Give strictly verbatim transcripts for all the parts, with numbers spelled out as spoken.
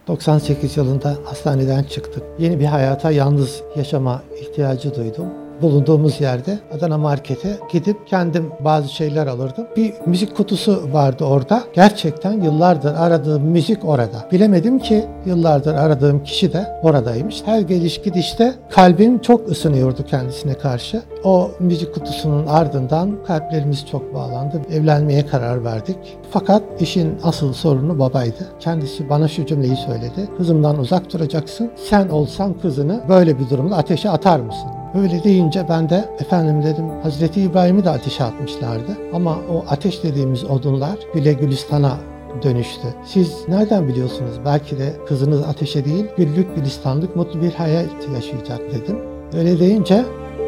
doksan sekiz yılında hastaneden çıktık. Yeni bir hayata yalnız yaşama ihtiyacı duydum. Bulunduğumuz yerde Adana Market'e gidip kendim bazı şeyler alırdım. Bir müzik kutusu vardı orada. Gerçekten yıllardır aradığım müzik orada. Bilemedim ki yıllardır aradığım kişi de oradaymış. Her geliş gidişte kalbim çok ısınıyordu kendisine karşı. O müzik kutusunun ardından kalplerimiz çok bağlandı. Evlenmeye karar verdik. Fakat işin asıl sorunu babaydı. Kendisi bana şu cümleyi söyledi. Kızımdan uzak duracaksın. Sen olsan kızını böyle bir durumda ateşe atar mısın? Öyle deyince ben de efendim dedim, Hazreti İbrahim'i de ateşe atmışlardı. Ama o ateş dediğimiz odunlar güle gülistana dönüştü. Siz nereden biliyorsunuz? Belki de kızınız ateşe değil, güllük gülistanlık mutlu bir hayat yaşayacak dedim. Öyle deyince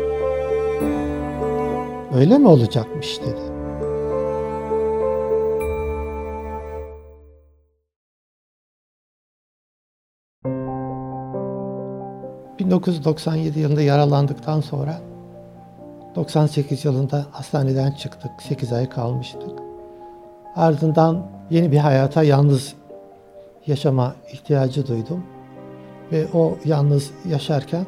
öyle mi olacakmış dedi. bin dokuz yüz doksan yedi yılında yaralandıktan sonra doksan sekiz yılında hastaneden çıktık. sekiz ay kalmıştık. Ardından yeni bir hayata yalnız yaşama ihtiyacı duydum. Ve o yalnız yaşarken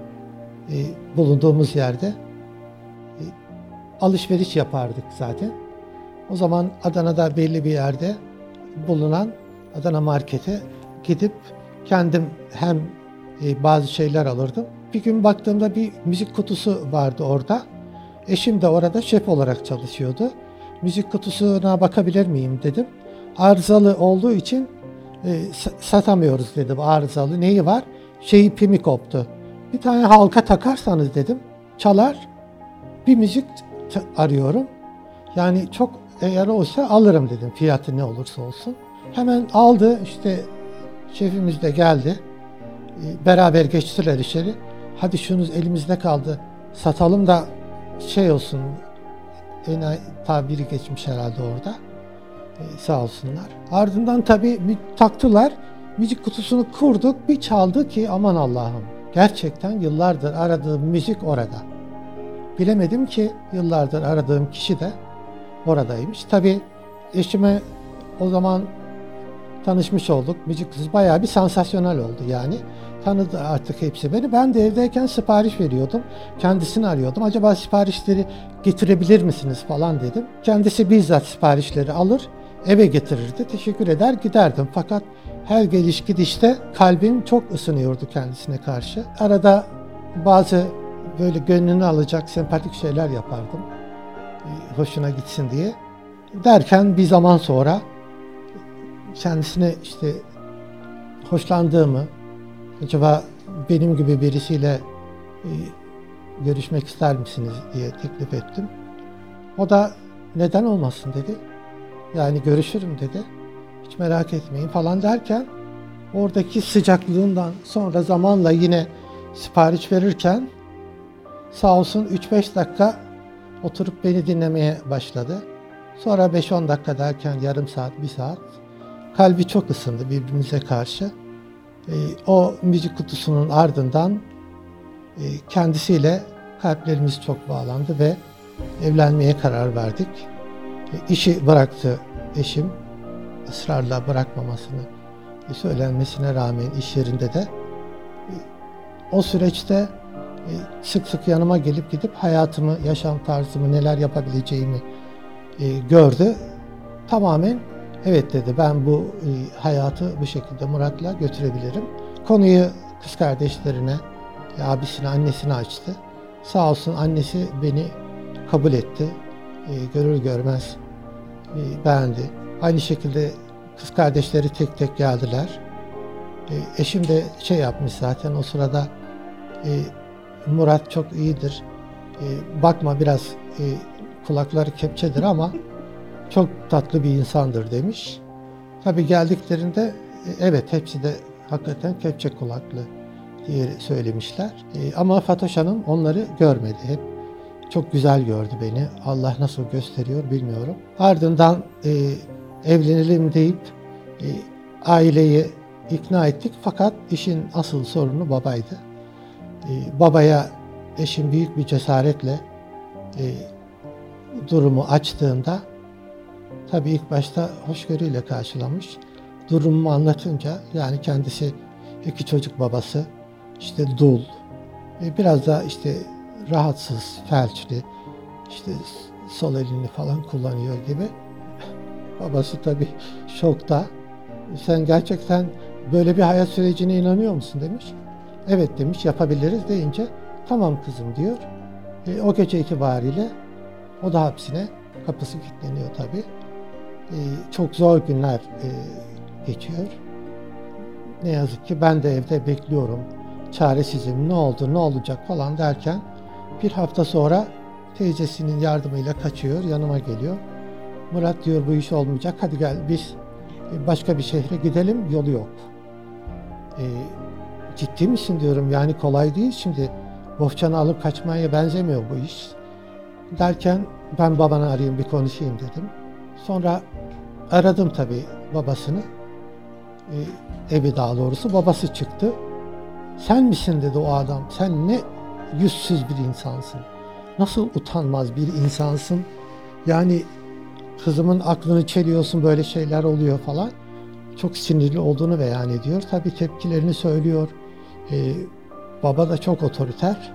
e, bulunduğumuz yerde e, alışveriş yapardık zaten. O zaman Adana'da belli bir yerde bulunan Adana Market'e gidip kendim hem e, bazı şeyler alırdım. Bir gün baktığımda bir müzik kutusu vardı orada. Eşim de orada şef olarak çalışıyordu. Müzik kutusuna bakabilir miyim dedim. Arızalı olduğu için e, satamıyoruz dedim, arızalı. Neyi var? Şeyi pimi koptu. Bir tane halka takarsanız dedim, çalar. Bir müzik arıyorum. Yani çok eğer olsa alırım dedim, fiyatı ne olursa olsun. Hemen aldı, işte şefimiz de geldi. E, beraber geçtiler içeri. Hadi şunu elimizde kaldı, satalım da şey olsun, en tabiri geçmiş herhalde orada. Ee, sağ olsunlar. Ardından tabii taktılar. Müzik kutusunu kurduk. Bir çaldı ki aman Allah'ım. Gerçekten yıllardır aradığım müzik orada. Bilemedim ki yıllardır aradığım kişi de oradaymış. Tabii eşime o zaman tanışmış olduk. Müzik kutusu bayağı bir sansasyonel oldu yani. Tanıdı artık hepsi beni. Ben de evdeyken sipariş veriyordum. Kendisini arıyordum. Acaba siparişleri getirebilir misiniz falan dedim. Kendisi bizzat siparişleri alır, eve getirirdi. Teşekkür eder giderdim. Fakat her geliş gidişte kalbim çok ısınıyordu kendisine karşı. Arada bazı böyle gönlünü alacak sempatik şeyler yapardım. Hoşuna gitsin diye. Derken bir zaman sonra kendisine işte hoşlandığımı, acaba benim gibi birisiyle e, görüşmek ister misiniz diye teklif ettim. O da neden olmasın dedi. Yani görüşürüm dedi. Hiç merak etmeyin falan derken oradaki sıcaklığından sonra zamanla yine sipariş verirken sağ olsun üç beş dakika oturup beni dinlemeye başladı. Sonra beş on dakika derken yarım saat, bir saat kalbi çok ısındı birbirimize karşı. E, o müzik kutusunun ardından e, kendisiyle kalplerimiz çok bağlandı ve evlenmeye karar verdik. E, işi bıraktı eşim, ısrarla bırakmamasını e, söylenmesine rağmen iş yerinde de. E, o süreçte e, sık sık yanıma gelip gidip hayatımı, yaşam tarzımı, neler yapabileceğimi e, gördü. Tamamen evet dedi, ben bu e, hayatı bu şekilde Murat'la götürebilirim. Konuyu kız kardeşlerine, abisine, annesine açtı. Sağ olsun annesi beni kabul etti. E, görür görmez e, beğendi. Aynı şekilde kız kardeşleri tek tek geldiler. E, eşim de şey yapmış zaten o sırada, e, Murat çok iyidir. E, bakma biraz e, kulakları kepçedir ama çok tatlı bir insandır demiş. Tabii geldiklerinde evet hepsi de hakikaten kepçe kulaklı diye söylemişler. E, ama Fatoş Hanım onları görmedi. Hep çok güzel gördü beni. Allah nasıl gösteriyor bilmiyorum. Ardından e, evlenelim deyip e, aileyi ikna ettik. Fakat işin asıl sorunu babaydı. E, babaya eşim büyük bir cesaretle e, durumu açtığında tabii ilk başta hoşgörüyle karşılamış. durumumu anlatınca, yani kendisi iki çocuk babası, işte dul, e, biraz da işte rahatsız, felçli, işte sol elini falan kullanıyor gibi. Babası tabii şokta. Sen gerçekten böyle bir hayat sürecine inanıyor musun demiş. Evet demiş, yapabiliriz deyince tamam kızım diyor. E, o gece itibariyle o da hapsine, kapısı kilitleniyor tabii. E, çok zor günler e, geçiyor. Ne yazık ki ben de evde bekliyorum. Çaresizim, ne oldu, ne olacak falan derken bir hafta sonra teyzesinin yardımıyla kaçıyor, yanıma geliyor. Murat diyor, bu iş olmayacak, hadi gel biz başka bir şehre gidelim, yolu yok. E, ciddi misin diyorum, yani kolay değil şimdi, bohçanı alıp kaçmaya benzemiyor bu iş. Derken ben babanı arayayım bir konuşayım dedim. Sonra aradım tabii babasını. E, evi daha doğrusu, babası çıktı. Sen misin dedi o adam, sen ne yüzsüz bir insansın. Nasıl utanmaz bir insansın. Yani kızımın aklını çeliyorsun, böyle şeyler oluyor falan. Çok sinirli olduğunu beyan ediyor. Tabii tepkilerini söylüyor. Ee, baba da çok otoriter.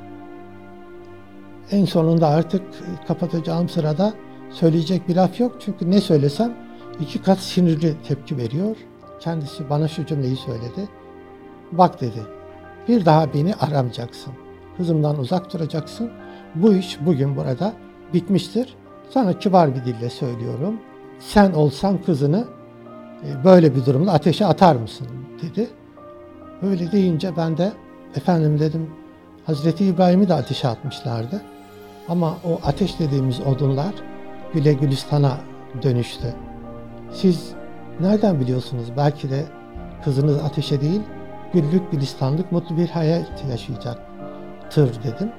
En sonunda artık kapatacağım sırada söyleyecek bir laf yok. Çünkü ne söylesem iki kat sinirli tepki veriyor. Kendisi bana şu cümleyi söyledi. Bak dedi, bir daha beni aramayacaksın. Kızımdan uzak duracaksın. Bu iş bugün burada bitmiştir. Sana kibar bir dille söylüyorum. Sen olsan kızını böyle bir durumda ateşe atar mısın dedi. Öyle deyince ben de efendim dedim, Hazreti İbrahim'i de ateşe atmışlardı. Ama o ateş dediğimiz odunlar güle gülistana dönüştü. Siz nereden biliyorsunuz? Belki de kızınız ateşe değil, güllük gülistanlık mutlu bir hayat yaşayacaktır dedim.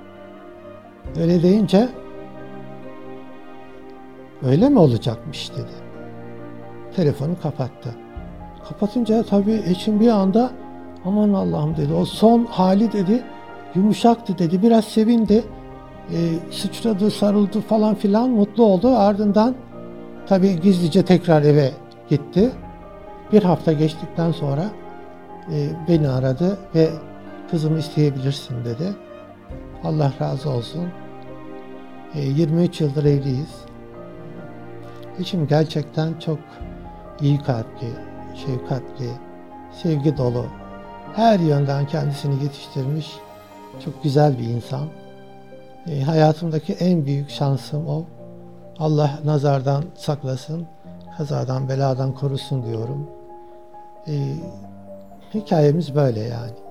Öyle deyince öyle mi olacakmış dedi. Telefonu kapattı. Kapatınca tabii eşim bir anda aman Allah'ım dedi. O son hali dedi yumuşaktı dedi. Biraz sevindi. E, sıçradı, sarıldı falan filan, mutlu oldu. Ardından tabii gizlice tekrar eve gitti. Bir hafta geçtikten sonra e, beni aradı ve kızımı isteyebilirsin dedi. Allah razı olsun. E, yirmi üç yıldır evliyiz. Eşim gerçekten çok iyi kalpli, şefkatli, sevgi dolu. Her yönden kendisini yetiştirmiş, çok güzel bir insan. E, hayatımdaki en büyük şansım o. Allah nazardan saklasın, kazadan beladan korusun diyorum. E, hikayemiz böyle yani.